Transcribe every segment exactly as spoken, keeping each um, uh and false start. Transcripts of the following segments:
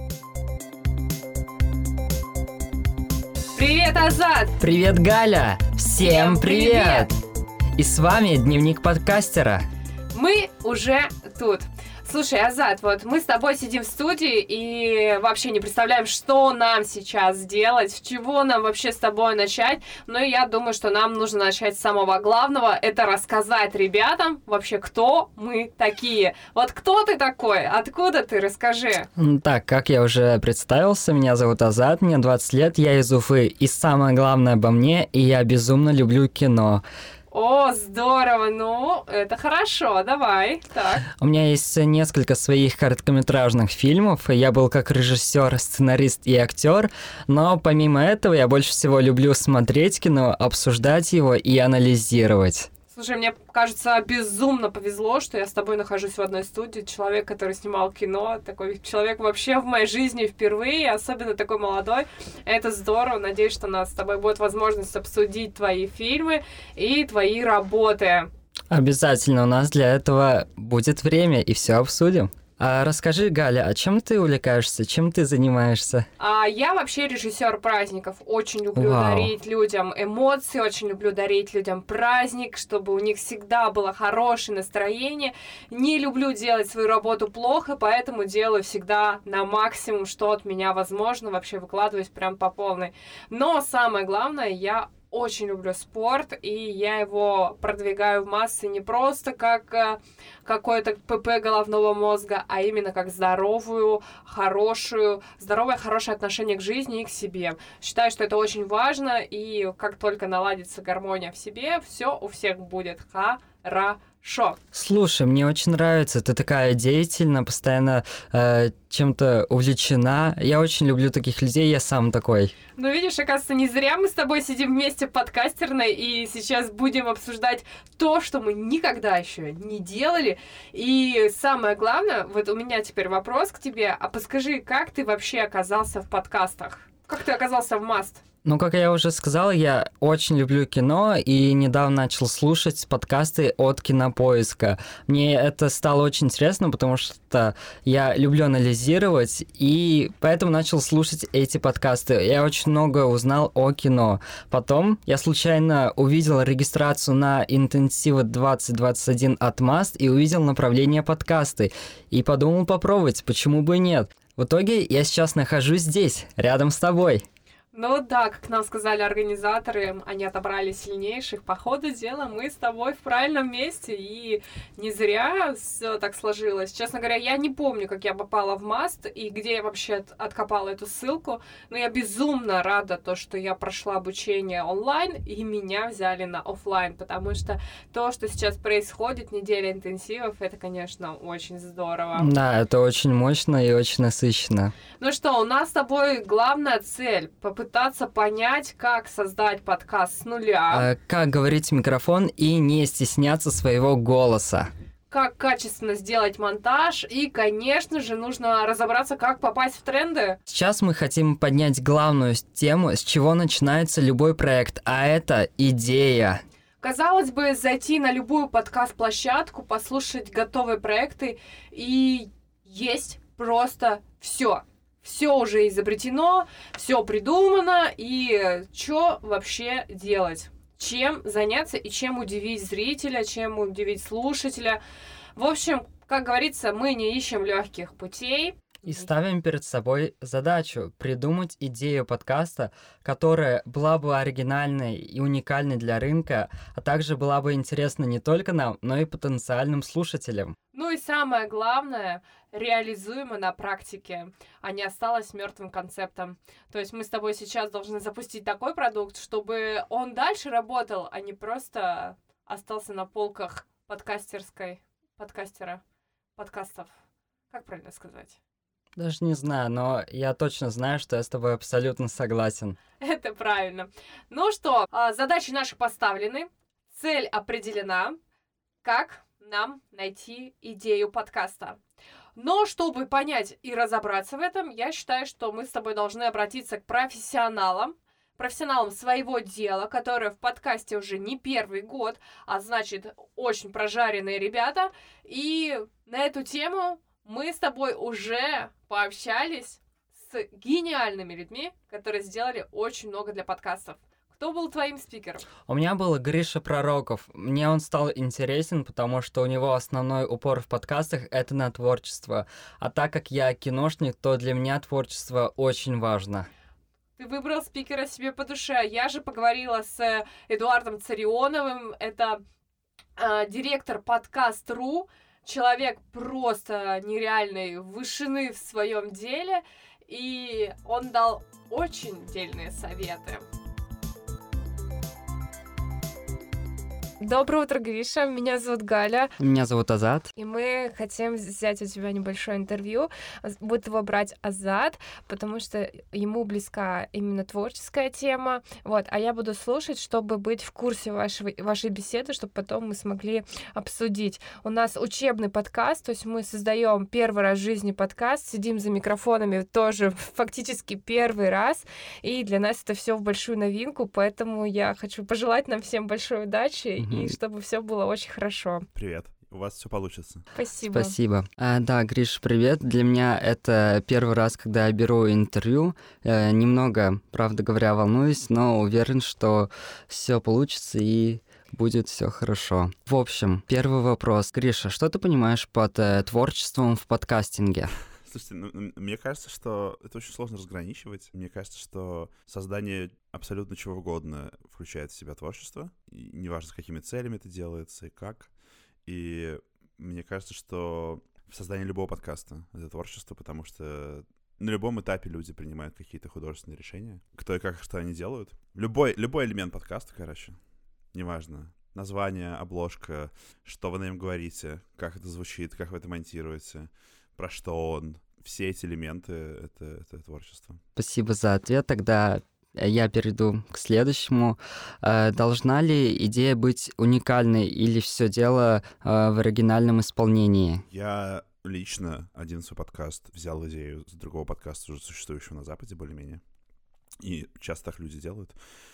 Привет, Азат! Привет, Галя! Всем привет! привет! И с вами Дневник подкастера. Мы уже тут. Слушай, Азат, вот мы с тобой сидим в студии и вообще не представляем, что нам сейчас делать, с чего нам вообще с тобой начать. Но я думаю, что нам нужно начать с самого главного. Это рассказать ребятам вообще, кто мы такие. Вот кто ты такой? Откуда ты? Расскажи. Так, как я уже представился, меня зовут Азат, мне двадцать лет, я из Уфы. И самое главное обо мне, и я безумно люблю кино. О, здорово, ну, это хорошо, давай, так. У меня есть несколько своих короткометражных фильмов, я был как режиссер, сценарист и актер, но помимо этого я больше всего люблю смотреть кино, обсуждать его и анализировать. Слушай, мне кажется, безумно повезло, что я с тобой нахожусь в одной студии. Человек, который снимал кино, такой человек вообще в моей жизни впервые, особенно такой молодой. Это здорово. Надеюсь, что у нас с тобой будет возможность обсудить твои фильмы и твои работы. Обязательно, у нас для этого будет время, и все обсудим. А расскажи, Галя, а чем ты увлекаешься, чем ты занимаешься? А я вообще режиссер праздников. Очень люблю Вау. дарить людям эмоции, очень люблю дарить людям праздник, чтобы у них всегда было хорошее настроение. Не люблю делать свою работу плохо, поэтому делаю всегда на максимум, что от меня возможно. Вообще выкладываюсь прям по полной. Но самое главное, я очень люблю спорт, и я его продвигаю в массы не просто как э, какое-то ПП головного мозга, а именно как здоровую, хорошую, здоровое, хорошее отношение к жизни и к себе. Считаю, что это очень важно, и как только наладится гармония в себе, все у всех будет хорошо. Слушай, мне очень нравится, ты такая деятельная, постоянно э, чем-то увлечена. Я очень люблю таких людей, я сам такой. Ну, видишь, оказывается, не зря мы с тобой сидим вместе в подкастерной и сейчас будем обсуждать то, что мы никогда еще не делали. И самое главное, вот у меня теперь вопрос к тебе, а подскажи, как ты вообще оказался в подкастах? Как ты оказался в Маст? Ну, как я уже сказал, я очень люблю кино и недавно начал слушать подкасты от Кинопоиска. Мне это стало очень интересно, потому что я люблю анализировать, и поэтому начал слушать эти подкасты. Я очень много узнал о кино. Потом я случайно увидел регистрацию на интенсивы двадцать двадцать один от Маст и увидел направление подкасты. И подумал попробовать, почему бы и нет. В итоге я сейчас нахожусь здесь, рядом с тобой. Ну да, как нам сказали организаторы, они отобрали сильнейших. По ходу дела мы с тобой в правильном месте, и не зря все так сложилось. Честно говоря, я не помню, как я попала в Маст и где я вообще от- откопала эту ссылку, но я безумно рада, то, что я прошла обучение онлайн, и меня взяли на офлайн, потому что то, что сейчас происходит, неделя интенсивов, это, конечно, очень здорово. Да, это очень мощно и очень насыщенно. Ну что, у нас с тобой главная цель — попытаться понять, как создать подкаст с нуля, А, как говорить в микрофон и не стесняться своего голоса. как качественно сделать монтаж и, конечно же, нужно разобраться, как попасть в тренды. Сейчас мы хотим поднять главную тему, с чего начинается любой проект, а это идея. Казалось бы, зайти на любую подкаст-площадку, послушать готовые проекты, и есть просто все. Все уже изобретено, все придумано, и что вообще делать? Чем заняться и чем удивить зрителя, чем удивить слушателя. В общем, как говорится, мы не ищем легких путей. И ставим перед собой задачу придумать идею подкаста, которая была бы оригинальной и уникальной для рынка, а также была бы интересна не только нам, но и потенциальным слушателям. Ну и самое главное, реализуемо на практике, а не осталось мертвым концептом. То есть мы с тобой сейчас должны запустить такой продукт, чтобы он дальше работал, а не просто остался на полках подкастерской, подкастера, подкастов. Как правильно сказать? Даже не знаю, но я точно знаю, что я с тобой абсолютно согласен. Это правильно. Ну что, а, задачи наши поставлены, цель определена. Как нам найти идею подкаста? Но чтобы понять и разобраться в этом, я считаю, что мы с тобой должны обратиться к профессионалам, профессионалам своего дела, которые в подкасте уже не первый год, а значит, очень прожаренные ребята. И на эту тему мы с тобой уже пообщались с гениальными людьми, которые сделали очень много для подкастов. Кто был твоим спикером? У меня был Гриша Пророков. Мне он стал интересен, потому что у него основной упор в подкастах — это на творчество. А так как я киношник, то для меня творчество очень важно. Ты выбрал спикера себе по душе. Я же поговорила с Эдуардом Царионовым. Это э, директор подкаст точка ру. Человек просто нереальной вышины в своем деле. И он дал очень дельные советы. Доброе утро, Гриша. Меня зовут Галя. Меня зовут Азат. И мы хотим взять у тебя небольшое интервью. Будет его брать Азат, потому что ему близка именно творческая тема. Вот. А я буду слушать, чтобы быть в курсе вашей, вашей беседы, чтобы потом мы смогли обсудить. У нас учебный подкаст, то есть мы создаем первый раз в жизни подкаст, сидим за микрофонами тоже фактически первый раз. И для нас это все в большую новинку, поэтому я хочу пожелать нам всем большой удачи. И чтобы все было очень хорошо. Привет. У вас все получится. Спасибо. Спасибо. А, да, Гриш, привет. Для меня это первый раз, когда я беру интервью. Э, немного, правда говоря, волнуюсь, но уверен, что все получится и будет все хорошо. В общем, первый вопрос. Гриша, что ты понимаешь под э, творчеством в подкастинге? Слушайте, ну, мне кажется, что это очень сложно разграничивать. Мне кажется, что создание абсолютно чего угодно включает в себя творчество. И неважно, с какими целями это делается и как. И мне кажется, что в создании любого подкаста это творчество, потому что на любом этапе люди принимают какие-то художественные решения. Кто и как, что они делают. Любой, любой элемент подкаста, короче, неважно. Название, обложка, что вы на нем говорите, как это звучит, как вы это монтируете, про что он. Все эти элементы — это, это творчество. Спасибо за ответ. Тогда я перейду к следующему. Должна ли идея быть уникальной или все дело в оригинальном исполнении? Я лично один свой подкаст взял идею с другого подкаста, уже существующего на Западе более-менее. И часто так люди делают.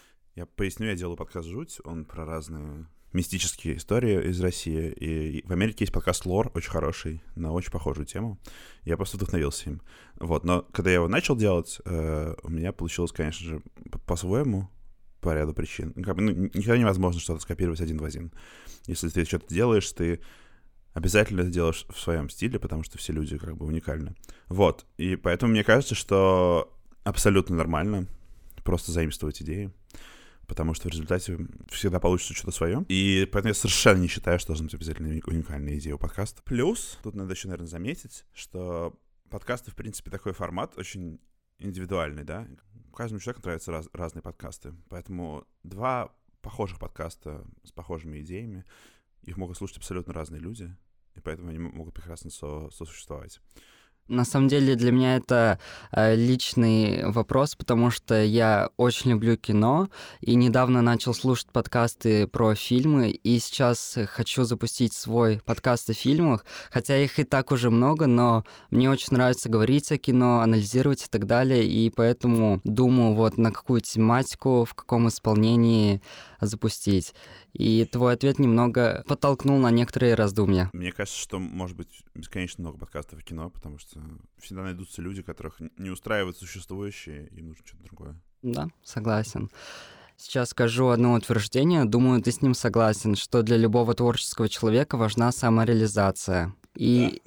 Я поясню, я делаю подкаст «Жуть». Он про разные мистические истории из России. И в Америке есть подкаст «Лор», очень хороший, на очень похожую тему. Я просто вдохновился им. Вот. Но когда я его начал делать, э, у меня получилось, конечно же, по-своему, по ряду причин. Как бы, ну, никогда невозможно что-то скопировать один в один. Если ты что-то делаешь, ты обязательно это делаешь в своем стиле, потому что все люди как бы уникальны. Вот. И поэтому мне кажется, что абсолютно нормально просто заимствовать идеи, потому что в результате всегда получится что-то свое. И поэтому я совершенно не считаю, что должна быть обязательно уникальная идея у подкаста. Плюс, тут надо еще, наверное, заметить, что подкасты, в принципе, такой формат очень индивидуальный, да. Каждому человеку нравятся раз, разные подкасты. Поэтому два похожих подкаста с похожими идеями, их могут слушать абсолютно разные люди, и поэтому они могут прекрасно со- сосуществовать. На самом деле для меня это э, личный вопрос, потому что я очень люблю кино и недавно начал слушать подкасты про фильмы, и сейчас хочу запустить свой подкаст о фильмах, хотя их и так уже много, но мне очень нравится говорить о кино, анализировать и так далее, и поэтому думаю вот на какую тематику, в каком исполнении запустить. И твой ответ немного подтолкнул на некоторые раздумья. Мне кажется, что может быть бесконечно много подкастов о кино, потому что всегда найдутся люди, которых не устраивает существующее, и нужно что-то другое. Да, согласен. Сейчас скажу одно утверждение, думаю, ты с ним согласен, что для любого творческого человека важна самореализация. И,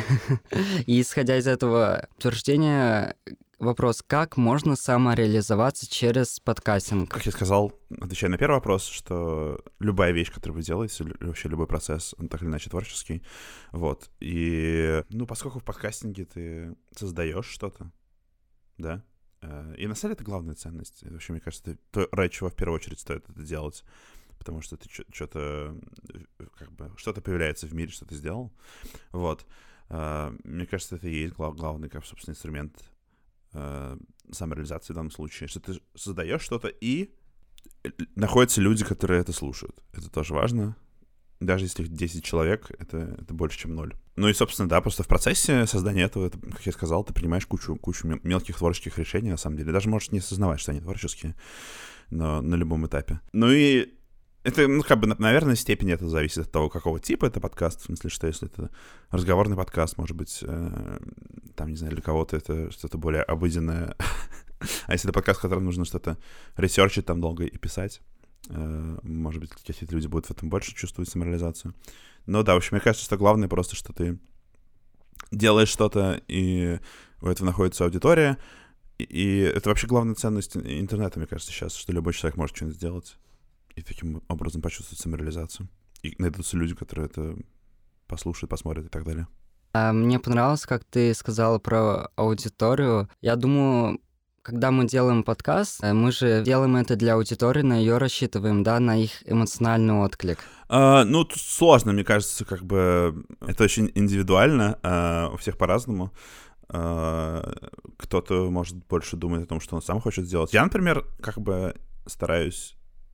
и исходя из этого утверждения, вопрос, как можно самореализоваться через подкастинг? Как я сказал, отвечая на первый вопрос, что любая вещь, которую вы делаете, вообще любой процесс, он так или иначе творческий. Вот. И, ну, поскольку в подкастинге ты создаешь что-то, да, и на самом деле это главная ценность. И вообще, мне кажется, это то, ради чего в первую очередь стоит это делать. Потому что ты что-то, как бы, что-то появляется в мире, что ты сделал. Вот. Мне кажется, это и есть главный, как, собственно, инструмент самореализации в данном случае, что ты создаешь что-то, и находятся люди, которые это слушают. Это тоже важно. Даже если их десять человек, это, это больше, чем ноль. Ну и, собственно, да, просто в процессе создания этого, это, как я сказал, ты принимаешь кучу, кучу мелких творческих решений, на самом деле. Даже можешь не осознавать, что они творческие, но на любом этапе. Ну и Это, ну, как бы, наверное, степень это зависит от того, какого типа это подкаст. В смысле, что если это разговорный подкаст, может быть, э, там, не знаю, для кого-то это что-то более обыденное. А если это подкаст, в котором нужно что-то ресерчить там долго и писать, э, может быть, какие-то люди будут в этом больше чувствовать самореализацию. Но да, в общем, мне кажется, что главное просто, что ты делаешь что-то, и у этого находится аудитория. И, и это вообще главная ценность интернета, мне кажется, сейчас, что любой человек может что-нибудь сделать. И таким образом почувствовать самореализацию. И найдутся люди, которые это послушают, посмотрят и так далее. А мне понравилось, как ты сказала про аудиторию. Я думаю, когда мы делаем подкаст, мы же делаем это для аудитории, на ее рассчитываем, да, на их эмоциональный отклик. А, ну, тут сложно, мне кажется, как бы это очень индивидуально, а, у всех по-разному. А, кто-то может больше думать о том, что он сам хочет сделать. Я, например, как бы стараюсь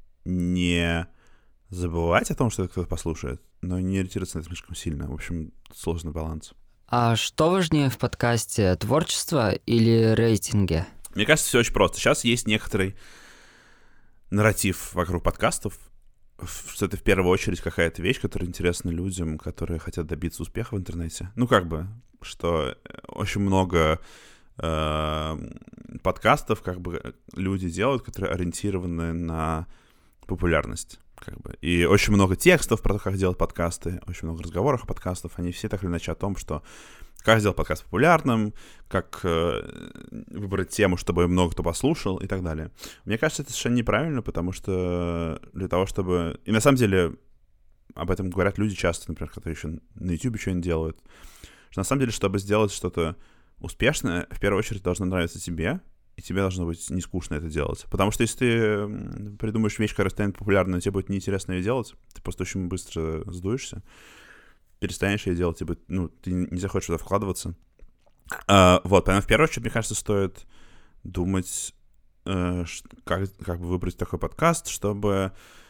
не забывать о том, что это кто-то послушает, но не ориентироваться на это слишком сильно. В общем, сложный баланс. А что важнее в подкасте, творчество или рейтинги? Мне кажется, все очень просто. Сейчас есть некоторый нарратив вокруг подкастов, что это в первую очередь какая-то вещь, которая интересна людям, которые хотят добиться успеха в интернете. Ну, как бы, что очень много э, подкастов как бы люди делают, которые ориентированы на популярность, как бы. И очень много текстов про то, как делать подкасты, очень много разговоров о подкастах, они все так или иначе о том, что как сделать подкаст популярным, как э, выбрать тему, чтобы много кто послушал и так далее. Мне кажется, это совершенно неправильно, потому что для того, чтобы... И на самом деле об этом говорят люди часто, например, которые еще на YouTube что-нибудь делают, что на самом деле, чтобы сделать что-то успешное, в первую очередь должно нравиться тебе, и тебе должно быть не скучно это делать. Потому что если ты придумаешь вещь, которая станет популярной, но тебе будет неинтересно ее делать, ты просто очень быстро сдуешься, перестанешь ее делать, тебе, ну, ты не захочешь туда вкладываться. А, вот, поэтому в первую очередь, мне кажется, стоит думать, э, как, как бы выбрать такой подкаст, чтобы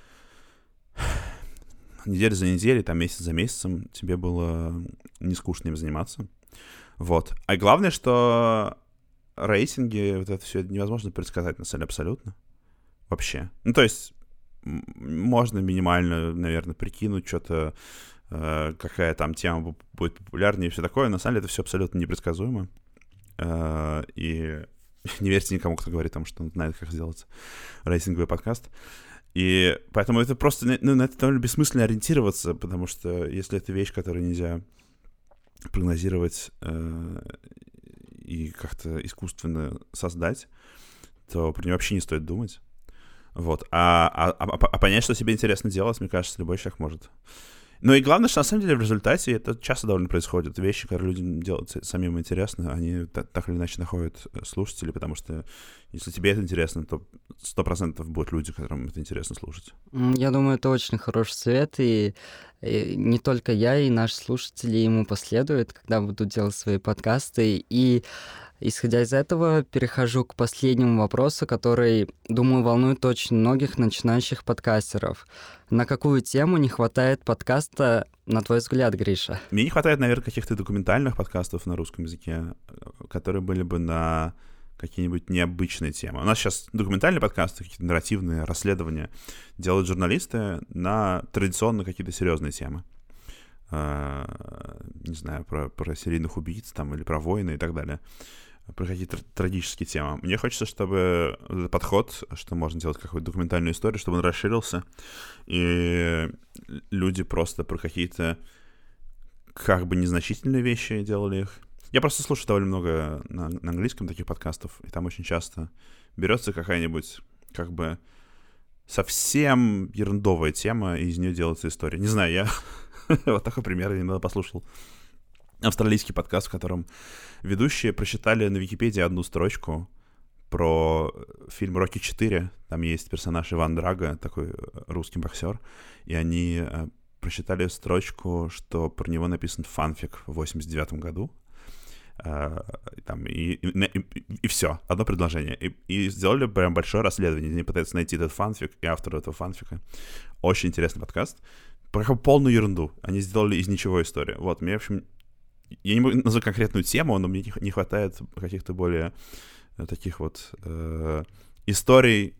неделя за неделей, там, месяц за месяцем тебе было не скучно им заниматься. Вот. А главное, что рейтинги, вот это все невозможно предсказать, на самом деле, абсолютно. Вообще. Ну, то есть, можно минимально, наверное, прикинуть что-то, э, какая там тема будет популярнее и все такое. На самом деле, это все абсолютно непредсказуемо. Э, и не верьте никому, кто говорит, там, что он знает, как сделать рейтинговый подкаст. И поэтому это просто, ну, на это довольно бессмысленно ориентироваться, потому что если это вещь, которую нельзя прогнозировать э, и как-то искусственно создать, то про нее вообще не стоит думать. Вот. А, а, а, а понять, что тебе интересно делать, мне кажется, любой человек может. Ну и главное, что на самом деле в результате это часто довольно происходит. Вещи, которые людям делать самим интересно, они так, так или иначе находят слушателей, потому что если тебе это интересно, то сто процентов будут люди, которым это интересно слушать. Я думаю, это очень хороший совет, и, и не только я, и наши слушатели ему последуют, когда будут делать свои подкасты. И исходя из этого, перехожу к последнему вопросу, который, думаю, волнует очень многих начинающих подкастеров. На какую тему не хватает подкаста, на твой взгляд, Гриша? Мне не хватает, наверное, каких-то документальных подкастов на русском языке, которые были бы на какие-нибудь необычные темы. У нас сейчас документальные подкасты, какие-то нарративные расследования делают журналисты на традиционно какие-то серьезные темы. Не знаю, про, про серийных убийц там, или про войны и так далее. Про какие-то трагические темы. Мне хочется, чтобы этот подход, что можно делать какую-то документальную историю, чтобы он расширился, и люди просто про какие-то как бы незначительные вещи делали их. Я просто слушаю довольно много на, на английском таких подкастов, и там очень часто берется какая-нибудь как бы совсем ерундовая тема, и из нее делается история. Не знаю, я вот такой пример я иногда послушал. Австралийский подкаст, в котором ведущие прочитали на Википедии одну строчку про фильм «Рокки четыре». Там есть персонаж Иван Драго, такой русский боксер, и они прочитали строчку, что про него написан фанфик в восемьдесят девятом году. И, там, и, и, и, и все, одно предложение. И, и сделали прям большое расследование. Они пытаются найти этот фанфик и автора этого фанфика. Очень интересный подкаст. Про полную ерунду. Они сделали из ничего историю. Вот, мне, в общем, я не могу назвать конкретную тему, но мне не хватает каких-то более таких вот э, историй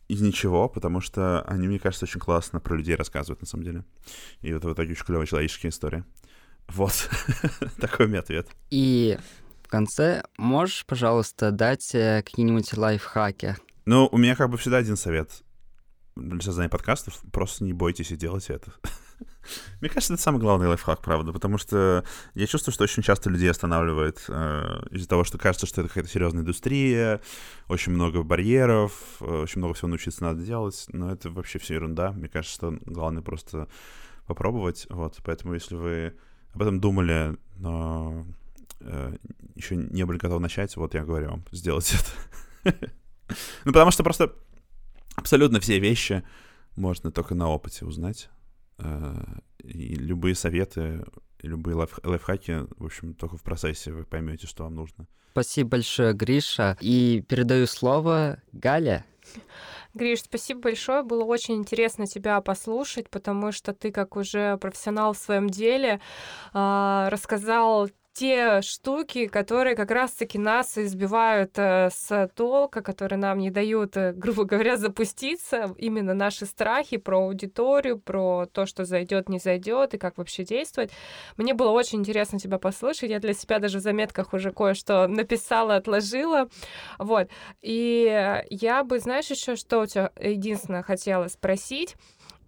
из ничего, потому что они, мне кажется, очень классно про людей рассказывают, на самом деле. И это в итоге очень клевая человеческая история. Вот. Такой у меня ответ. И в конце можешь, пожалуйста, дать какие-нибудь лайфхаки? Ну, у меня как бы всегда один совет для создания подкастов. Просто не бойтесь и делайте это. Мне кажется, это самый главный лайфхак, правда, потому что я чувствую, что очень часто людей останавливает э, из-за того, что кажется, что это какая-то серьезная индустрия, очень много барьеров, очень много всего научиться надо делать, но это вообще все ерунда. Мне кажется, что главное просто попробовать, вот, поэтому если вы об этом думали, но э, еще не были готовы начать, вот я говорю вам, сделайте это. Ну, потому что просто абсолютно все вещи можно только на опыте узнать. И любые советы, и любые лайф- лайфхаки, в общем, только в процессе вы поймете, что вам нужно. Спасибо большое, Гриша. И передаю слово Гале. Гриш, спасибо большое. Было очень интересно тебя послушать, потому что ты, как уже профессионал в своем деле, рассказал те штуки, которые как раз-таки нас избивают э, с толка, которые нам не дают, э, грубо говоря, запуститься. Именно наши страхи про аудиторию, про то, что зайдет, не зайдет, и как вообще действовать. Мне было очень интересно тебя послушать. Я для себя даже в заметках уже кое-что написала, отложила. Вот. И я бы, знаешь, еще что у тебя единственное хотела спросить.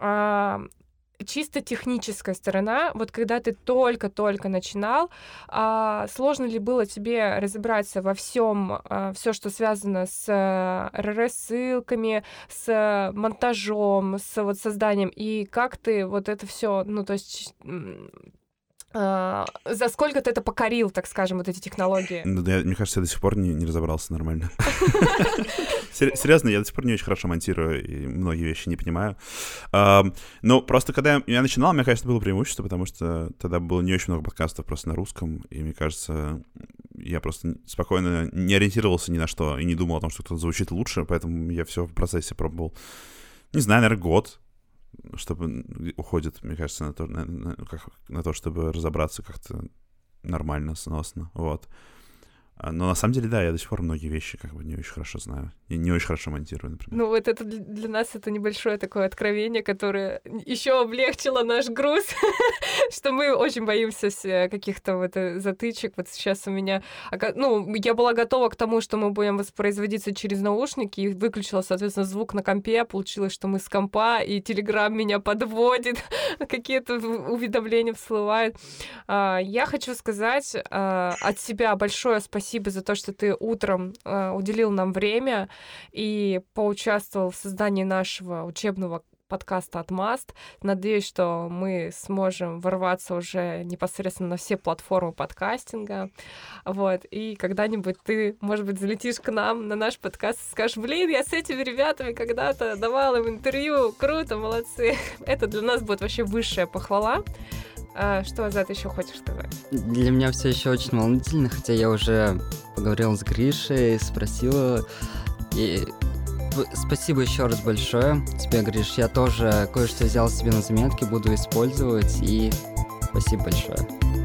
Чисто техническая сторона, вот когда ты только-только начинал, а, сложно ли было тебе разобраться во всем, а, все, что связано с эр эр эс-ссылками, с монтажом, с вот созданием, и как ты вот это все, ну, то есть... Uh, за сколько ты это покорил, так скажем, вот эти технологии? Ну, я, мне кажется, я до сих пор не, не разобрался нормально. Серьезно, я до сих пор не очень хорошо монтирую и многие вещи не понимаю. Но просто когда я начинал, мне кажется, было преимущество, потому что тогда было не очень много подкастов просто на русском, и мне кажется, я просто спокойно не ориентировался ни на что и не думал о том, что кто-то звучит лучше, поэтому я все в процессе пробовал. Не знаю, наверное, год. Чтобы уходит, мне кажется, на то, на, на, как, на то, чтобы разобраться как-то нормально, сносно, вот. Но на самом деле, да, я до сих пор многие вещи как бы не очень хорошо знаю. И не очень хорошо монтирую, например. Ну вот это для нас это небольшое такое откровение, которое еще облегчило наш груз, что мы очень боимся каких-то вот затычек. Вот сейчас у меня... Ну, я была готова к тому, что мы будем воспроизводиться через наушники, и выключила, соответственно, звук на компе. Получилось, что мы с компа, и Telegram меня подводит, какие-то уведомления всплывают. Я хочу сказать от себя большое спасибо Спасибо за то, что ты утром э, уделил нам время и поучаствовал в создании нашего учебного подкаста от Must. Надеюсь, что мы сможем ворваться уже непосредственно на все платформы подкастинга. Вот. И когда-нибудь ты, может быть, залетишь к нам на наш подкаст и скажешь: блин, я с этими ребятами когда-то давала им интервью. Круто, молодцы. Это для нас будет вообще высшая похвала. А что, Азат, еще хочешь сказать? Для меня все еще очень волнительно, хотя я уже поговорил с Гришей, спросила. И спасибо еще раз большое тебе, Гриш. Я тоже кое-что взял себе на заметки, буду использовать. И спасибо большое.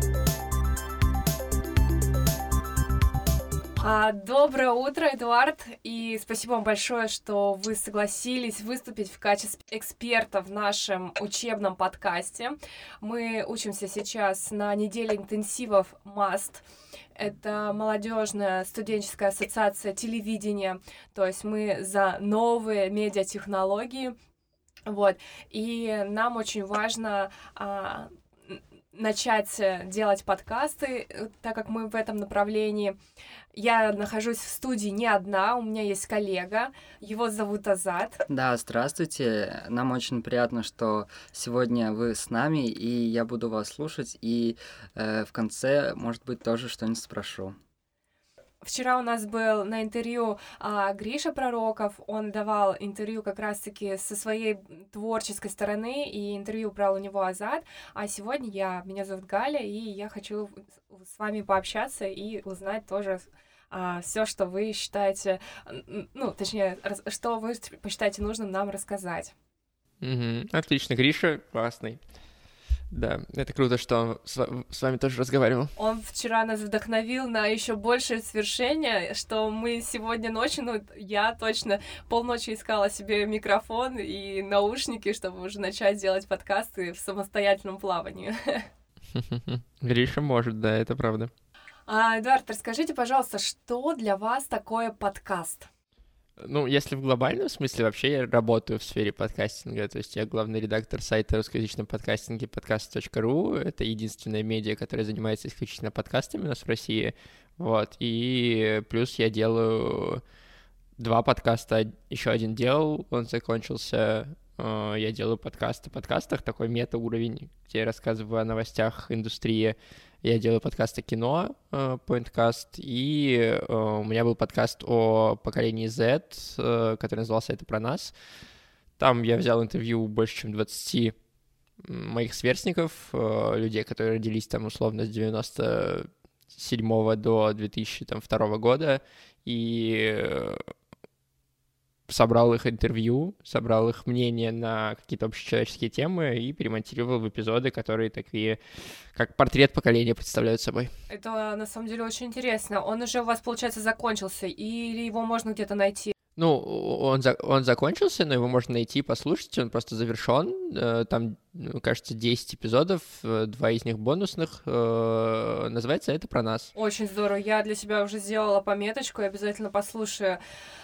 Доброе утро, Эдуард, и спасибо вам большое, что вы согласились выступить в качестве эксперта в нашем учебном подкасте. Мы учимся сейчас на неделе интенсивов Must. Это молодежная студенческая ассоциация телевидения, то есть мы за новые медиатехнологии, вот, и нам очень важно а, начать делать подкасты, так как мы в этом направлении. Я нахожусь в студии не одна, у меня есть коллега, его зовут Азат. Да, здравствуйте, нам очень приятно, что сегодня вы с нами, и я буду вас слушать, и э, в конце, может быть, тоже что-нибудь спрошу. Вчера у нас был на интервью а, Гриша Пророков, он давал интервью как раз-таки со своей творческой стороны, и интервью брал у него Азат, а сегодня я, меня зовут Галя, и я хочу с вами пообщаться и узнать тоже а, все, что вы считаете, ну, точнее, что вы посчитаете нужным нам рассказать. Угу. Отлично, Гриша, классный. Да, это круто, что он с, с вами тоже разговаривал. Он вчера нас вдохновил на еще большее свершение, что мы сегодня ночью, ну, я точно полночи искала себе микрофон и наушники, чтобы уже начать делать подкасты в самостоятельном плавании. Гриша может, да, это правда. А, Эдуард, расскажите, пожалуйста, что для вас такое подкаст? Ну, если в глобальном смысле, вообще я работаю в сфере подкастинга, то есть я главный редактор сайта русскоязычном подкастинге подкаст точка ру, это единственная медиа, которая занимается исключительно подкастами у нас в России, вот, и плюс я делаю два подкаста, еще один делал, он закончился, я делаю подкасты о подкастах, такой мета-уровень, где я рассказываю о новостях индустрии. Я делаю подкаст о кино, Pointcast, и у меня был подкаст о поколении Z, который назывался «Это про нас». Там я взял интервью больше, чем двадцати моих сверстников, людей, которые родились там условно с девяносто седьмого до две тысячи второго года, и собрал их интервью, собрал их мнение на какие-то общечеловеческие темы и перемонтировал в эпизоды, которые такие, как портрет поколения представляют собой. Это на самом деле очень интересно. Он уже у вас, получается, закончился, или его можно где-то найти? Ну, он, за, он закончился, но его можно найти и послушать, он просто завершен. Там, кажется, десять эпизодов, два из них бонусных. Называется «Это про нас». Очень здорово. Я для себя уже сделала пометочку и обязательно послушаю.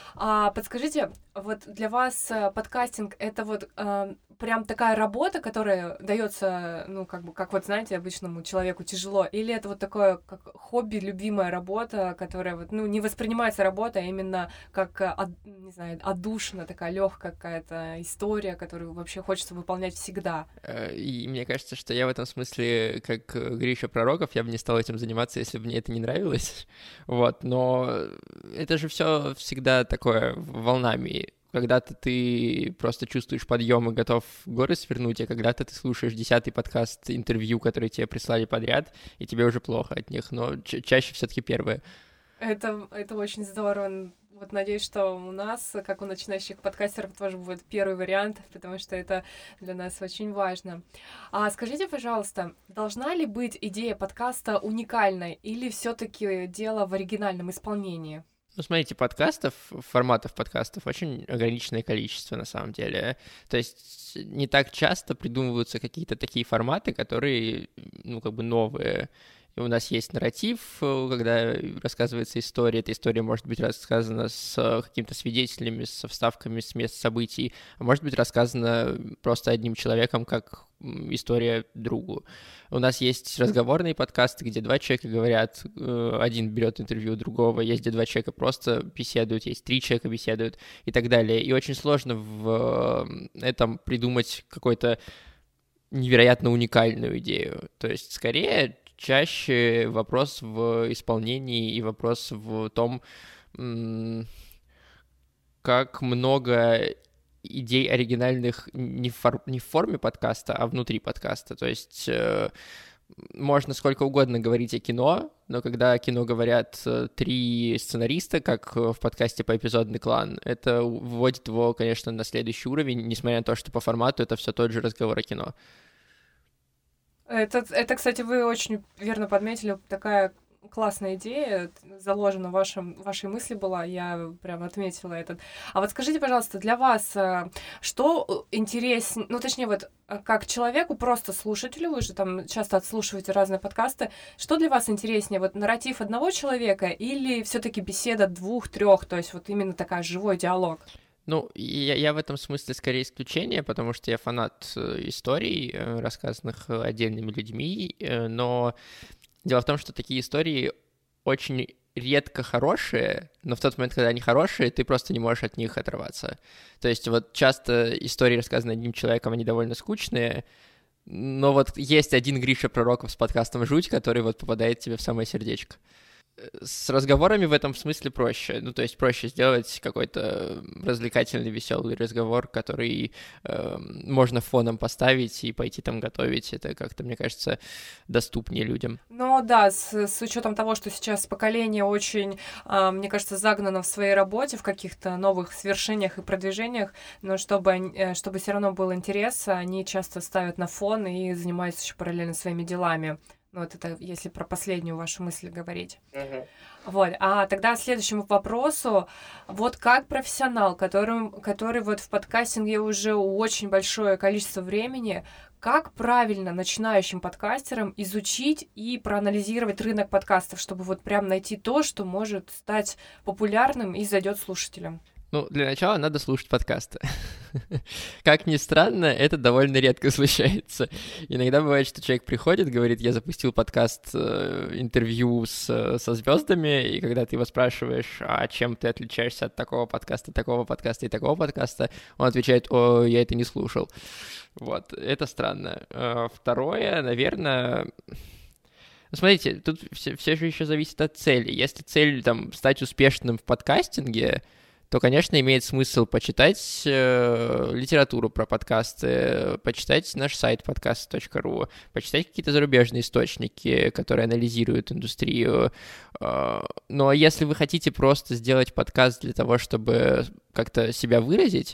А, подскажите, вот для вас подкастинг — это вот э, прям такая работа, которая дается, ну, как бы, как вот, знаете, обычному человеку тяжело, или это вот такое, как хобби, любимая работа, которая вот, ну, не воспринимается работой, а именно как, от, не знаю, отдушина, такая легкая какая-то история, которую вообще хочется выполнять всегда? И мне кажется, что я в этом смысле, как Гриша Пророков, я бы не стал этим заниматься, если бы мне это не нравилось, вот, но это же все всегда такое волнами. Когда-то ты просто чувствуешь подъем и готов горы свернуть, а когда-то ты слушаешь десятый подкаст интервью, которые тебе прислали подряд, и тебе уже плохо от них, но ча- чаще все-таки первое. Это, это очень здорово. Вот надеюсь, что у нас, как у начинающих подкастеров, тоже будет первый вариант, потому что это для нас очень важно. А скажите, пожалуйста, должна ли быть идея подкаста уникальной или все-таки дело в оригинальном исполнении? Ну, смотрите, подкастов, форматов подкастов очень ограниченное количество, на самом деле. То есть не так часто придумываются какие-то такие форматы, которые, ну, как бы новые. И у нас есть нарратив, когда рассказывается история. Эта история может быть рассказана с какими-то свидетелями, со вставками с мест событий, а может быть рассказана просто одним человеком, как история другу. У нас есть разговорные подкасты, где два человека говорят, один берет интервью у другого, есть где два человека просто беседуют, есть три человека беседуют и так далее. И очень сложно в этом придумать какую-то невероятно уникальную идею. То есть, скорее, чаще вопрос в исполнении и вопрос в том, как много идей оригинальных не в, фор- не в форме подкаста, а внутри подкаста. То есть э, можно сколько угодно говорить о кино, но когда о кино говорят три сценариста, как в подкасте «Поэпизодный клан», это вводит его, конечно, на следующий уровень, несмотря на то, что по формату это все тот же разговор о кино. Это, это, кстати, вы очень верно подметили, такая классная идея заложена в вашем, вашей мысли была, я прям отметила этот. А вот скажите, пожалуйста, для вас что интереснее, ну, точнее, вот как человеку, просто слушателю, вы же там часто отслушиваете разные подкасты, что для вас интереснее, вот нарратив одного человека или все-таки беседа двух-трех, то есть вот именно такая живой диалог? Ну, я, я в этом смысле скорее исключение, потому что я фанат историй, рассказанных отдельными людьми, но дело в том, что такие истории очень редко хорошие, но в тот момент, когда они хорошие, ты просто не можешь от них оторваться. То есть вот часто истории, рассказанные одним человеком, они довольно скучные, но вот есть один Гриша Пророков с подкастом «Жуть», который вот попадает тебе в самое сердечко. с разговорами в этом смысле проще. Ну, то есть проще сделать какой-то развлекательный, веселый разговор, который э, можно фоном поставить и пойти там готовить. Это как-то, мне кажется, доступнее людям. Ну да, с, с учетом того, что сейчас поколение очень, э, мне кажется, загнано в своей работе, в каких-то новых свершениях и продвижениях, но чтобы, э, чтобы все равно был интерес, они часто ставят на фон и занимаются еще параллельно своими делами. Ну, вот это если про последнюю вашу мысль говорить. Uh-huh. Вот. А тогда к следующему вопросу. Вот как профессионал, который, который вот в подкастинге уже очень большое количество времени, как правильно начинающим подкастерам изучить и проанализировать рынок подкастов, чтобы вот прям найти то, что может стать популярным и зайдет слушателям? Ну, для начала надо слушать подкасты. Как ни странно, это довольно редко случается. Иногда бывает, что человек приходит, говорит, я запустил подкаст, э, интервью с, со звездами, и когда ты его спрашиваешь, а чем ты отличаешься от такого подкаста, такого подкаста и такого подкаста, он отвечает, о, я это не слушал. Вот, это странно. Второе, наверное... Смотрите, тут все, все же еще зависит от цели. Если цель, там, стать успешным в подкастинге, то, конечно, имеет смысл почитать э, литературу про подкасты, почитать наш сайт подкаст точка ру, почитать какие-то зарубежные источники, которые анализируют индустрию. Э, но если вы хотите просто сделать подкаст для того, чтобы как-то себя выразить,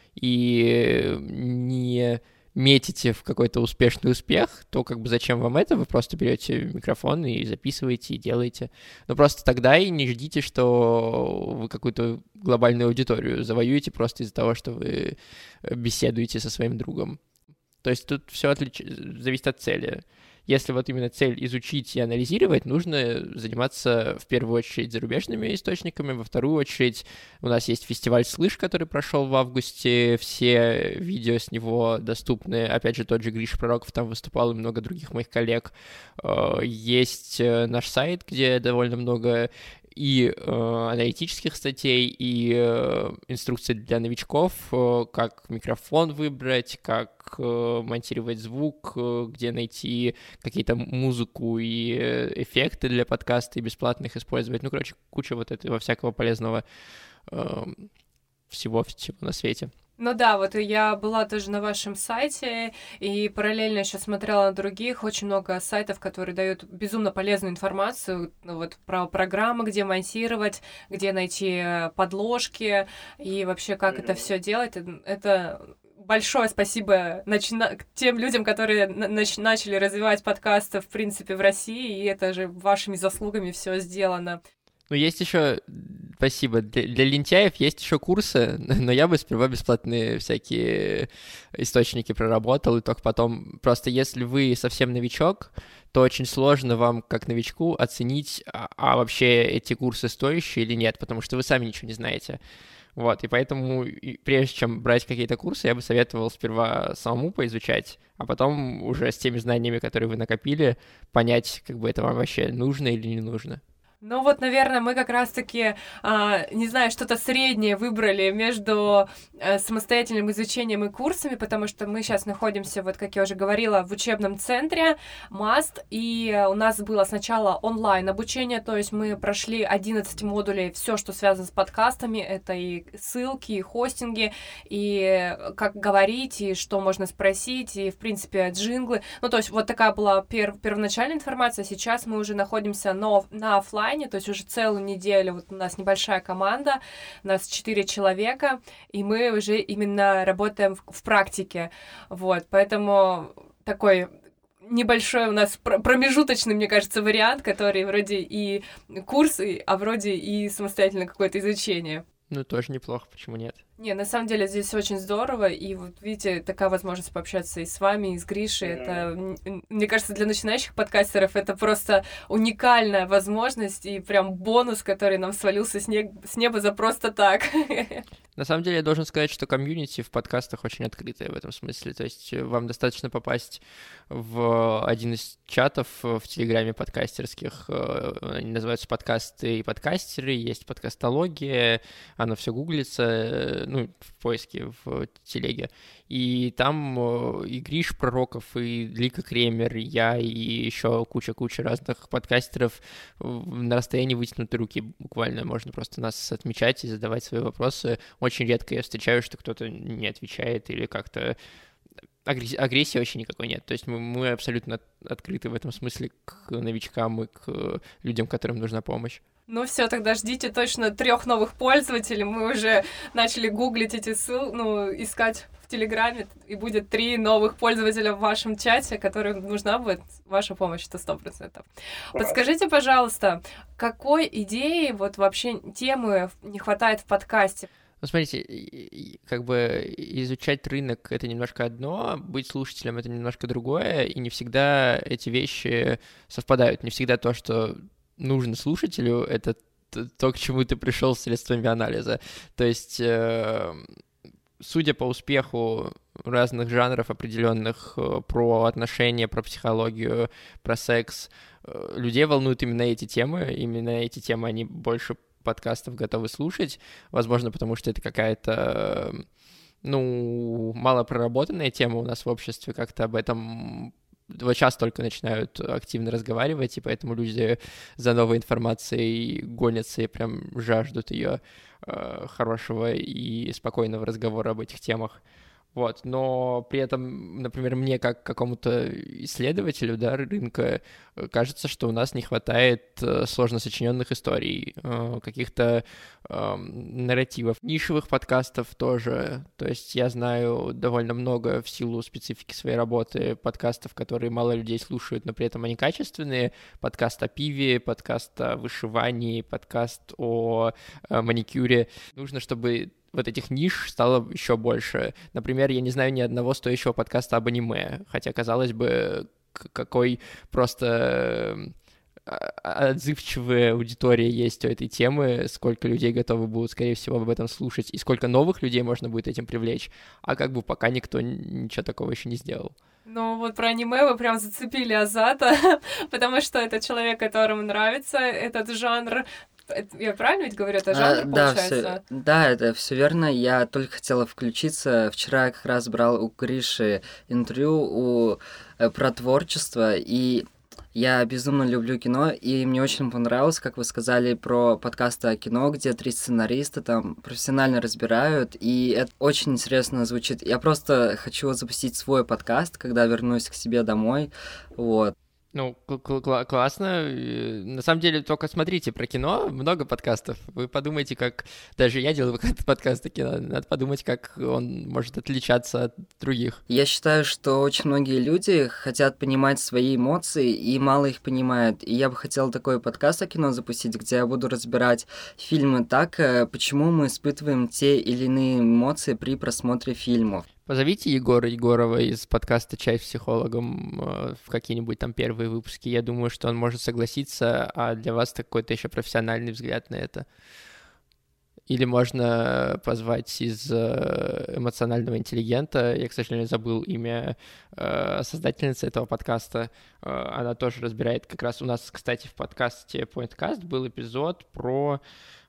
и не метите в какой-то успешный успех, то как бы зачем вам это? Вы просто берете микрофон и записываете, и делаете. Но просто тогда и не ждите, что вы какую-то глобальную аудиторию завоюете просто из-за того, что вы беседуете со своим другом. То есть тут все отлич... зависит от цели. Если вот именно цель изучить и анализировать, нужно заниматься в первую очередь зарубежными источниками, во вторую очередь у нас есть фестиваль «Слышь», который прошел в августе, все видео с него доступны, опять же, тот же Гриша Пророков там выступал и много других моих коллег. Есть наш сайт, где довольно много и э, аналитических статей, и э, инструкций для новичков, э, как микрофон выбрать, как э, монтировать звук, э, где найти какие-то музыку и эффекты для подкаста и бесплатно их использовать. Ну, короче, куча вот этого всякого полезного э, всего-всего на свете. Ну да, вот я была тоже на вашем сайте, и параллельно еще смотрела на других. Очень много сайтов, которые дают безумно полезную информацию вот про программы, где монтировать, где найти подложки, и вообще как это все делать. Это большое спасибо начина... тем людям, которые нач... начали развивать подкасты, в принципе, в России, и это же вашими заслугами все сделано. Ну, есть еще, спасибо, для, для лентяев есть еще курсы, но я бы сперва бесплатные всякие источники проработал, и только потом, просто если вы совсем новичок, то очень сложно вам, как новичку, оценить, а, а вообще эти курсы стоящие или нет, потому что вы сами ничего не знаете. Вот, и поэтому, прежде чем брать какие-то курсы, я бы советовал сперва самому поизучать, а потом уже с теми знаниями, которые вы накопили, понять, как бы это вам вообще нужно или не нужно. Ну вот, наверное, мы как раз-таки, а, не знаю, что-то среднее выбрали между а, самостоятельным изучением и курсами, потому что мы сейчас находимся, вот как я уже говорила, в учебном центре МАСТ, и у нас было сначала онлайн-обучение, то есть мы прошли одиннадцать модулей, все, что связано с подкастами, это и ссылки, и хостинги, и как говорить, и что можно спросить, и, в принципе, джинглы. Ну, то есть вот такая была пер- первоначальная информация, сейчас мы уже находимся на, на офлайн, то есть уже целую неделю вот у нас небольшая команда, у нас четыре человека, и мы уже именно работаем в, в практике, вот, поэтому такой небольшой у нас промежуточный, мне кажется, вариант, который вроде и курсы, а вроде и самостоятельное какое-то изучение. Ну, тоже неплохо, почему нет? Не, на самом деле здесь очень здорово, и вот видите, такая возможность пообщаться и с вами, и с Гришей, mm-hmm. это, мне кажется, для начинающих подкастеров это просто уникальная возможность и прям бонус, который нам свалился с, не... с неба за просто так. На самом деле, я должен сказать, что комьюнити в подкастах очень открытое в этом смысле. То есть вам достаточно попасть в один из чатов в Телеграме подкастерских. Они называются «Подкасты и подкастеры». Есть подкастология, оно все гуглится, ну, в поиске в Телеге. И там и Гриш Пророков, и Лика Кремер, и я, и еще куча-куча разных подкастеров на расстоянии вытянутой руки буквально. Можно просто нас отмечать и задавать свои вопросы. Очень редко я встречаю, что кто-то не отвечает или как-то... Агрессии, агрессии вообще никакой нет. То есть мы, мы абсолютно открыты в этом смысле к новичкам и к людям, которым нужна помощь. Ну все, тогда ждите точно трех новых пользователей. Мы уже начали гуглить эти ссылки, ну, искать в Телеграме, и будет три новых пользователя в вашем чате, которым нужна будет ваша помощь, это сто процентов. Подскажите, пожалуйста, какой идеи, вот вообще темы не хватает в подкасте? Ну, смотрите, как бы изучать рынок — это немножко одно, быть слушателем — это немножко другое, и не всегда эти вещи совпадают. Не всегда то, что нужно слушателю, это то, к чему ты пришел средствами анализа. То есть, э, судя по успеху разных жанров определенных э, про отношения, про психологию, про секс, э, людей волнуют именно эти темы, именно эти темы они больше подкастов готовы слушать, возможно, потому что это какая-то, ну, мало проработанная тема у нас в обществе, как-то об этом вот сейчас только начинают активно разговаривать, и поэтому люди за новой информацией гонятся и прям жаждут ее э, хорошего и спокойного разговора об этих темах. Вот, но при этом, например, мне как какому-то исследователю, да, рынка кажется, что у нас не хватает сложно сочиненных историй, каких-то э, нарративов, нишевых подкастов тоже. То есть я знаю довольно много в силу специфики своей работы подкастов, которые мало людей слушают, но при этом они качественные. Подкаст о пиве, подкаст о вышивании, подкаст о э, маникюре. Нужно, чтобы вот этих ниш стало еще больше. Например, я не знаю ни одного стоящего подкаста об аниме, хотя, казалось бы, какой просто отзывчивая аудитория есть у этой темы, сколько людей готовы будут, скорее всего, об этом слушать, и сколько новых людей можно будет этим привлечь, а как бы пока никто ничего такого еще не сделал. Ну, вот про аниме вы прям зацепили Азата, потому что это человек, которому нравится этот жанр. Я правильно ведь говорю, это жанр, а, да, получается? Всё, да, это все верно. Я только хотела включиться. Вчера я как раз брал у Гриши интервью у, э, про творчество, и я безумно люблю кино, и мне очень понравилось, как вы сказали, про подкасты о кино, где три сценариста там профессионально разбирают, и это очень интересно звучит. Я просто хочу запустить свой подкаст, когда вернусь к себе домой, вот. Ну, кл- классно. На самом деле, только смотрите про кино, много подкастов. Вы подумайте, как... Даже я делаю подкаст о кино. Надо подумать, как он может отличаться от других. Я считаю, что очень многие люди хотят понимать свои эмоции, и мало их понимают. И я бы хотел такой подкаст о кино запустить, где я буду разбирать фильмы так, почему мы испытываем те или иные эмоции при просмотре фильмов. Позовите Егора Егорова из подкаста «Чай с психологом» в какие-нибудь там первые выпуски. Я думаю, что он может согласиться, а для вас какой-то еще профессиональный взгляд на это. Или можно позвать из «Эмоционального интеллигента». Я, к сожалению, забыл имя создательницы этого подкаста. Она тоже разбирает как раз... У нас, кстати, в подкасте PointCast был эпизод про...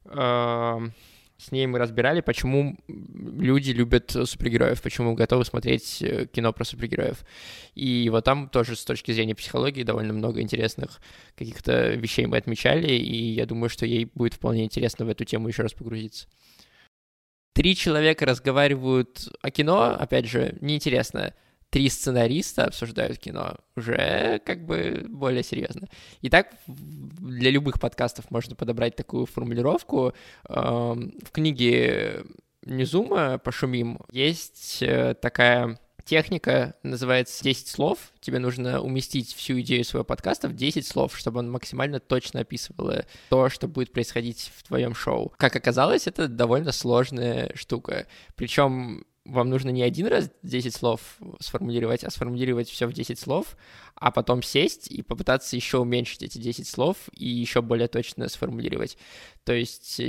С ней мы разбирали, почему люди любят супергероев, почему готовы смотреть кино про супергероев. И вот там тоже с точки зрения психологии довольно много интересных каких-то вещей мы отмечали, и я думаю, что ей будет вполне интересно в эту тему еще раз погрузиться. Три человека разговаривают о кино, опять же, неинтересно. Три сценариста обсуждают кино, уже как бы более серьезно. И так для любых подкастов можно подобрать такую формулировку. В книге Ньюзума «Пошумим» есть такая техника, называется десять слов. Тебе нужно уместить всю идею своего подкаста в десять слов, чтобы он максимально точно описывал то, что будет происходить в твоем шоу. Как оказалось, это довольно сложная штука. Причем вам нужно не один раз десять слов сформулировать, а сформулировать все в десять слов, а потом сесть и попытаться еще уменьшить эти десять слов и еще более точно сформулировать. То есть ни,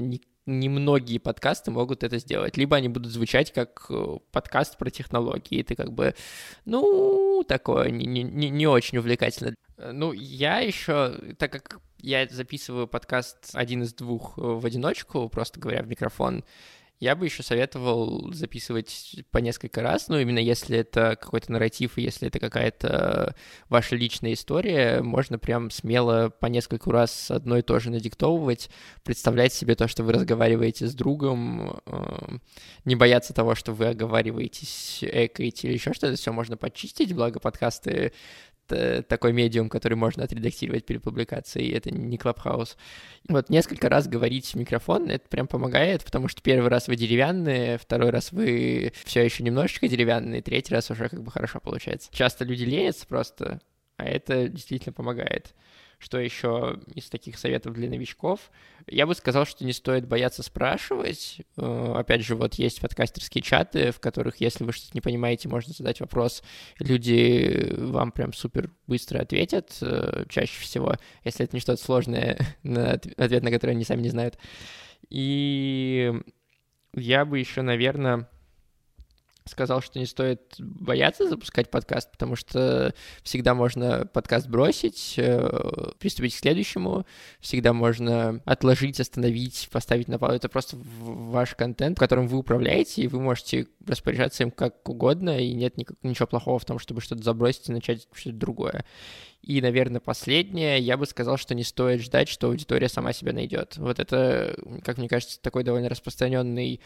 немногие подкасты могут это сделать. Либо они будут звучать как подкаст про технологии, и ты как бы, ну, такое не, не, не очень увлекательно. Ну, я еще, так как я записываю подкаст один из двух в одиночку, просто говоря в микрофон, я бы еще советовал записывать по несколько раз, ну, именно если это какой-то нарратив, и если это какая-то ваша личная история, можно прям смело по нескольку раз одно и то же надиктовывать, представлять себе то, что вы разговариваете с другом, не бояться того, что вы оговариваетесь, экаете или еще что-то, все можно почистить, благо подкасты такой медиум, который можно отредактировать перед публикацией, это не Clubhouse. Вот несколько раз говорить в микрофон, это прям помогает, потому что первый раз вы деревянные, второй раз вы все еще немножечко деревянные, третий раз уже как бы хорошо получается. Часто люди ленятся просто, а это действительно помогает. Что еще из таких советов для новичков? Я бы сказал, что не стоит бояться спрашивать. Опять же, вот есть подкастерские чаты, в которых, если вы что-то не понимаете, можно задать вопрос. Люди вам прям супер быстро ответят, чаще всего, если это не что-то сложное, на ответ на который они сами не знают. И я бы еще, наверное, сказал, что не стоит бояться запускать подкаст, потому что всегда можно подкаст бросить, приступить к следующему, всегда можно отложить, остановить, поставить на паузу. Это просто ваш контент, которым вы управляете, и вы можете распоряжаться им как угодно, и нет ничего плохого в том, чтобы что-то забросить и начать что-то другое. И, наверное, последнее, я бы сказал, что не стоит ждать, что аудитория сама себя найдет. Вот это, как мне кажется, такой довольно распространенный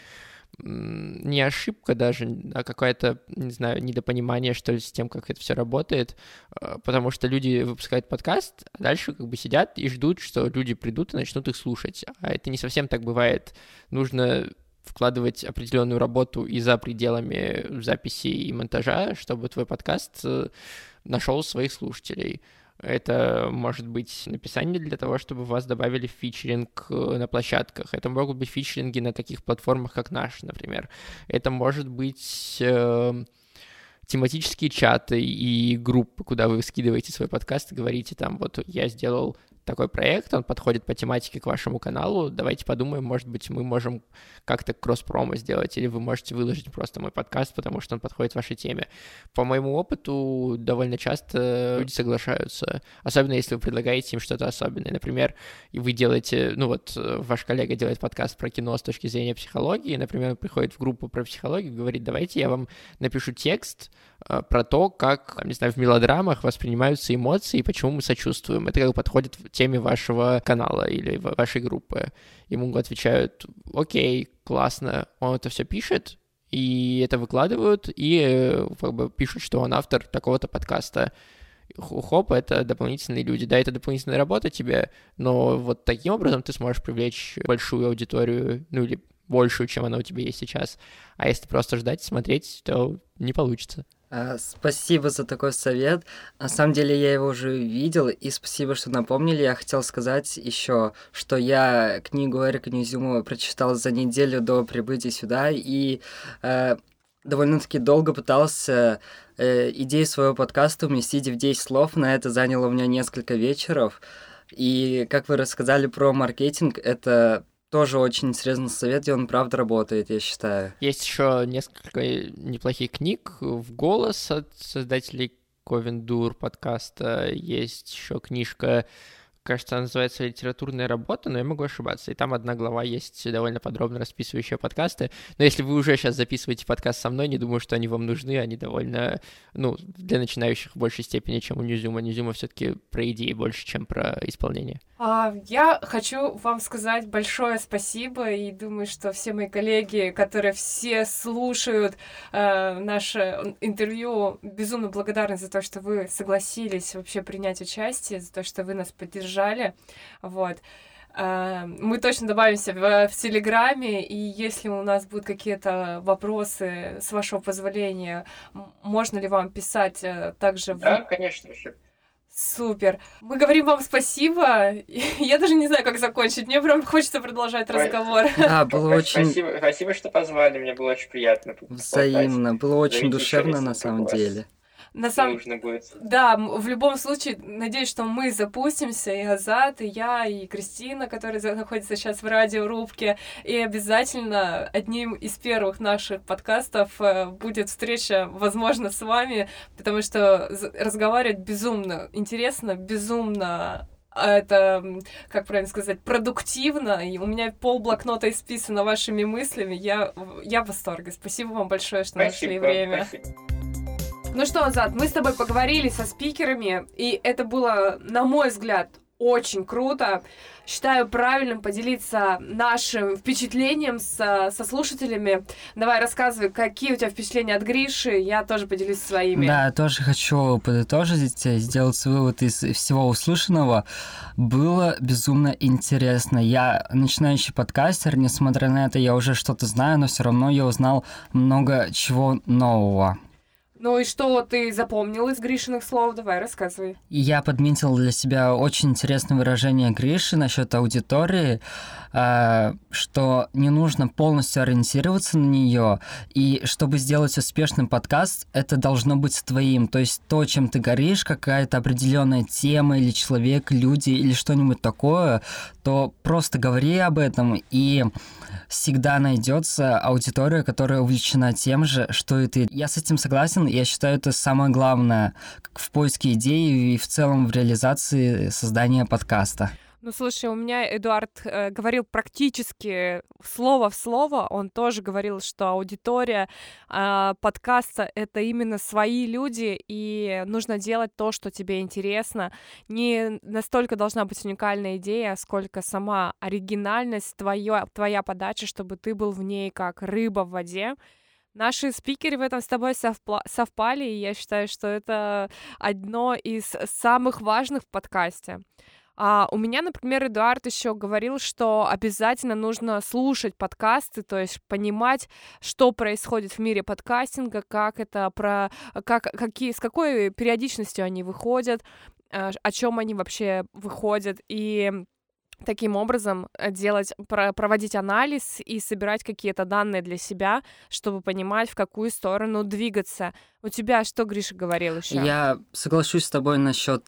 не ошибка даже, а какое-то, не знаю, недопонимание, что ли, с тем, как это все работает, потому что люди выпускают подкаст, а дальше как бы сидят и ждут, что люди придут и начнут их слушать. А это не совсем так бывает. Нужно вкладывать определенную работу и за пределами записи и монтажа, чтобы твой подкаст нашел своих слушателей. Это может быть написание для того, чтобы вас добавили в фичеринг на площадках. Это могут быть фичеринги на таких платформах, как наш, например. Это может быть э, тематические чаты и группы, куда вы скидываете свой подкаст и говорите там, вот я сделал такой проект, он подходит по тематике к вашему каналу, давайте подумаем, может быть, мы можем как-то кросс-промо сделать, или вы можете выложить просто мой подкаст, потому что он подходит вашей теме. По моему опыту, довольно часто люди соглашаются, особенно если вы предлагаете им что-то особенное. Например, вы делаете, ну вот, ваш коллега делает подкаст про кино с точки зрения психологии, например, он приходит в группу про психологию, говорит, давайте я вам напишу текст про то, как, не знаю, в мелодрамах воспринимаются эмоции и почему мы сочувствуем. Это как бы подходит в теме вашего канала или вашей группы. Ему отвечают, окей, классно, он это все пишет, и это выкладывают, и как бы пишут, что он автор такого-то подкаста. Хоп, это дополнительные люди. Да, это дополнительная работа тебе, но вот таким образом ты сможешь привлечь большую аудиторию, ну или большую, чем она у тебя есть сейчас. А если просто ждать, смотреть, то не получится. Спасибо за такой совет. На самом деле я его уже видел, и спасибо, что напомнили. Я хотел сказать еще, что я книгу Эрика Ньюзюма прочитал за неделю до прибытия сюда, и э, довольно-таки долго пытался э, идею своего подкаста уместить в десять слов. На это заняло у меня несколько вечеров. И как вы рассказали про маркетинг, это тоже очень серьезный совет, и он правда работает, я считаю. Есть еще несколько неплохих книг в голос от создателей Ковендур подкаста. Есть еще книжка, кажется, она называется «Литературная работа», но я могу ошибаться. И там одна глава есть довольно подробно расписывающая подкасты. Но если вы уже сейчас записываете подкаст со мной, не думаю, что они вам нужны. Они довольно, ну, для начинающих в большей степени, чем у Ньюзюма. Ньюзюма все-таки про идеи больше, чем про исполнение. А, я хочу вам сказать большое спасибо, и думаю, что все мои коллеги, которые все слушают э, наше интервью, безумно благодарны за то, что вы согласились вообще принять участие, за то, что вы нас поддержали. Вот. Э, мы точно добавимся в, в Телеграме, и если у нас будут какие-то вопросы, с вашего позволения, можно ли вам писать э, также в... Да, конечно, вообще. Супер. Мы говорим вам спасибо. Я даже не знаю, как закончить. Мне прям хочется продолжать разговор. Да, было очень... Спасибо, спасибо, что позвали. Мне было очень приятно. Взаимно. Было очень душевно, на самом деле. на самом... Нужно будет. Да, в любом случае, надеюсь, что мы запустимся, и Азат, и я, и Кристина, которая находится сейчас в радиорубке, и обязательно одним из первых наших подкастов будет встреча, возможно, с вами, потому что разговаривать безумно интересно, безумно... Это, как правильно сказать, продуктивно, и у меня пол блокнота исписано вашими мыслями. Я, я в восторге. Спасибо вам большое, что Спасибо, нашли время. Спасибо. Ну что, Азат, мы с тобой поговорили со спикерами, и это было, на мой взгляд, очень круто. Считаю правильным поделиться нашим впечатлением со, со слушателями. Давай, рассказывай, какие у тебя впечатления от Гриши, я тоже поделюсь своими. Да, я тоже хочу подытожить, сделать вывод из всего услышанного. Было безумно интересно. Я начинающий подкастер, несмотря на это, я уже что-то знаю, но все равно я узнал много чего нового. Ну и что ты запомнил из Гришиных слов? Давай, рассказывай. Я подметил для себя очень интересное выражение Гриши насчет аудитории, что не нужно полностью ориентироваться на нее, и чтобы сделать успешный подкаст, это должно быть твоим. То есть то, чем ты горишь, какая-то определенная тема или человек, люди или что-нибудь такое, то просто говори об этом, и всегда найдется аудитория, которая увлечена тем же, что и ты. Я с этим согласен, я считаю, это самое главное в поиске идей и в целом в реализации создания подкаста. Ну, слушай, у меня Эдуард э, говорил практически слово в слово. Он тоже говорил, что аудитория э, подкаста — это именно свои люди, и нужно делать то, что тебе интересно. Не настолько должна быть уникальная идея, сколько сама оригинальность, твоя, твоя подача, чтобы ты был в ней как рыба в воде. Наши спикеры в этом с тобой совпла- совпали, и я считаю, что это одно из самых важных в подкасте. А у меня, например, Эдуард еще говорил, что обязательно нужно слушать подкасты, то есть понимать, что происходит в мире подкастинга, как это про, как, какие, с какой периодичностью они выходят, о чем они вообще выходят, и таким образом делать, проводить анализ и собирать какие-то данные для себя, чтобы понимать, в какую сторону двигаться. У тебя что, Гриша, говорил еще? Я соглашусь с тобой насчет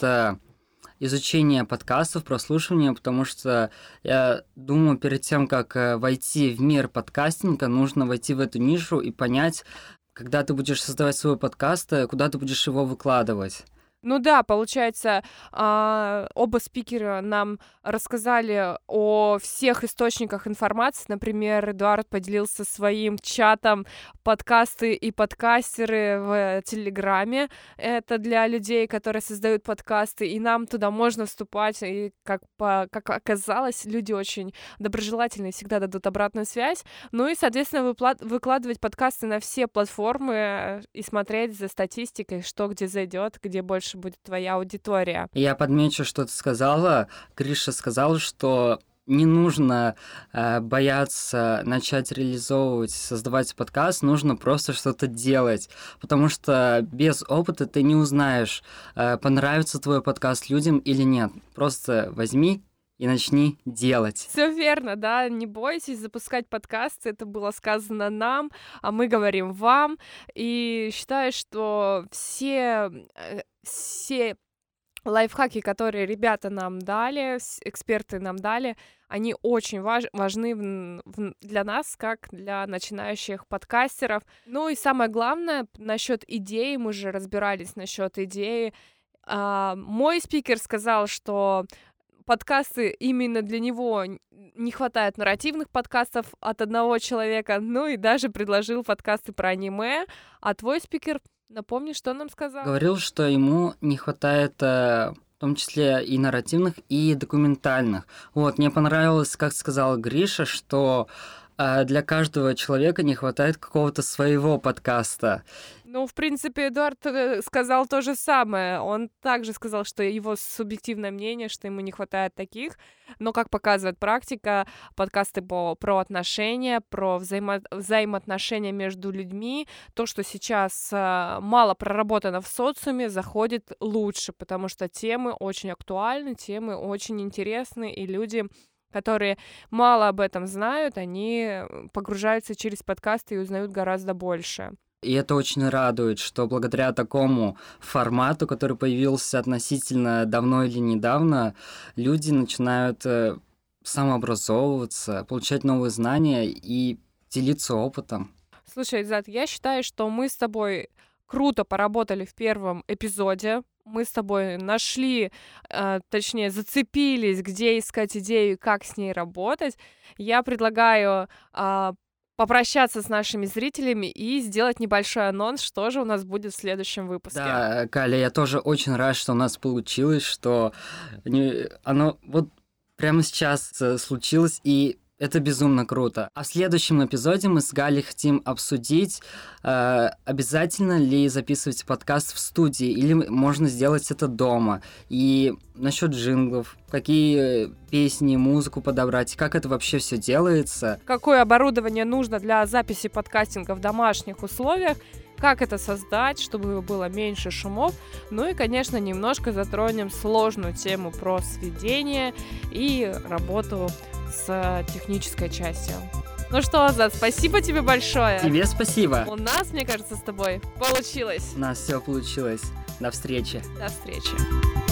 изучения подкастов, прослушивания, потому что я думаю, перед тем, как войти в мир подкастинга, нужно войти в эту нишу и понять, когда ты будешь создавать свой подкаст, куда ты будешь его выкладывать. Ну да, получается, э, оба спикера нам рассказали о всех источниках информации. Например, Эдуард поделился своим чатом подкасты и подкастеры в Телеграме. Это для людей, которые создают подкасты, и нам туда можно вступать. И как, по, как оказалось, люди очень доброжелательные, всегда дадут обратную связь. Ну и, соответственно, выпла- выкладывать подкасты на все платформы и смотреть за статистикой, что где зайдет, где больше будет твоя аудитория. Я подмечу, что ты сказала. Гриша сказал, что не нужно э, бояться начать реализовывать, создавать подкаст, нужно просто что-то делать, потому что без опыта ты не узнаешь, э, понравится твой подкаст людям или нет. Просто возьми и начни делать. Все верно, да, не бойтесь запускать подкасты, это было сказано нам, а мы говорим вам, и считаю, что все, все лайфхаки, которые ребята нам дали, эксперты нам дали, они очень важ- важны в, в, для нас, как для начинающих подкастеров. Ну и самое главное, насчет идеи, мы же разбирались насчет идеи. А, мой спикер сказал, что подкасты именно для него не хватает нарративных подкастов от одного человека, ну и даже предложил подкасты про аниме. А твой спикер, напомни, что он нам сказал? Говорил, что ему не хватает, в том числе и нарративных, и документальных. Вот, мне понравилось, как сказал Гриша, что для каждого человека не хватает какого-то своего подкаста. Ну, в принципе, Эдуард сказал то же самое. Он также сказал, что его субъективное мнение, что ему не хватает таких. Но, как показывает практика, подкасты по, про отношения, про взаимо, взаимоотношения между людьми, то, что сейчас а, мало проработано в социуме, заходит лучше, потому что темы очень актуальны, темы очень интересны, и люди, которые мало об этом знают, они погружаются через подкасты и узнают гораздо больше. И это очень радует, что благодаря такому формату, который появился относительно давно или недавно, люди начинают э, самообразовываться, получать новые знания и делиться опытом. Слушай, Зад, я считаю, что мы с тобой круто поработали в первом эпизоде. Мы с тобой нашли, э, точнее, зацепились, где искать идею и как с ней работать. Я предлагаю э, попрощаться с нашими зрителями и сделать небольшой анонс, что же у нас будет в следующем выпуске. Да, Каля, я тоже очень рад, что у нас получилось, что не- оно вот прямо сейчас э, случилось, и это безумно круто. А в следующем эпизоде мы с Галей хотим обсудить, э, обязательно ли записывать подкаст в студии, или можно сделать это дома. И насчет джинглов, какие песни, музыку подобрать, как это вообще все делается. Какое оборудование нужно для записи подкастинга в домашних условиях, как это создать, чтобы было меньше шумов. Ну и, конечно, немножко затронем сложную тему про сведение и работу с технической частью. Ну что, Азат, спасибо тебе большое. Тебе спасибо. У нас, мне кажется, с тобой получилось. У нас все получилось. До встречи. До встречи.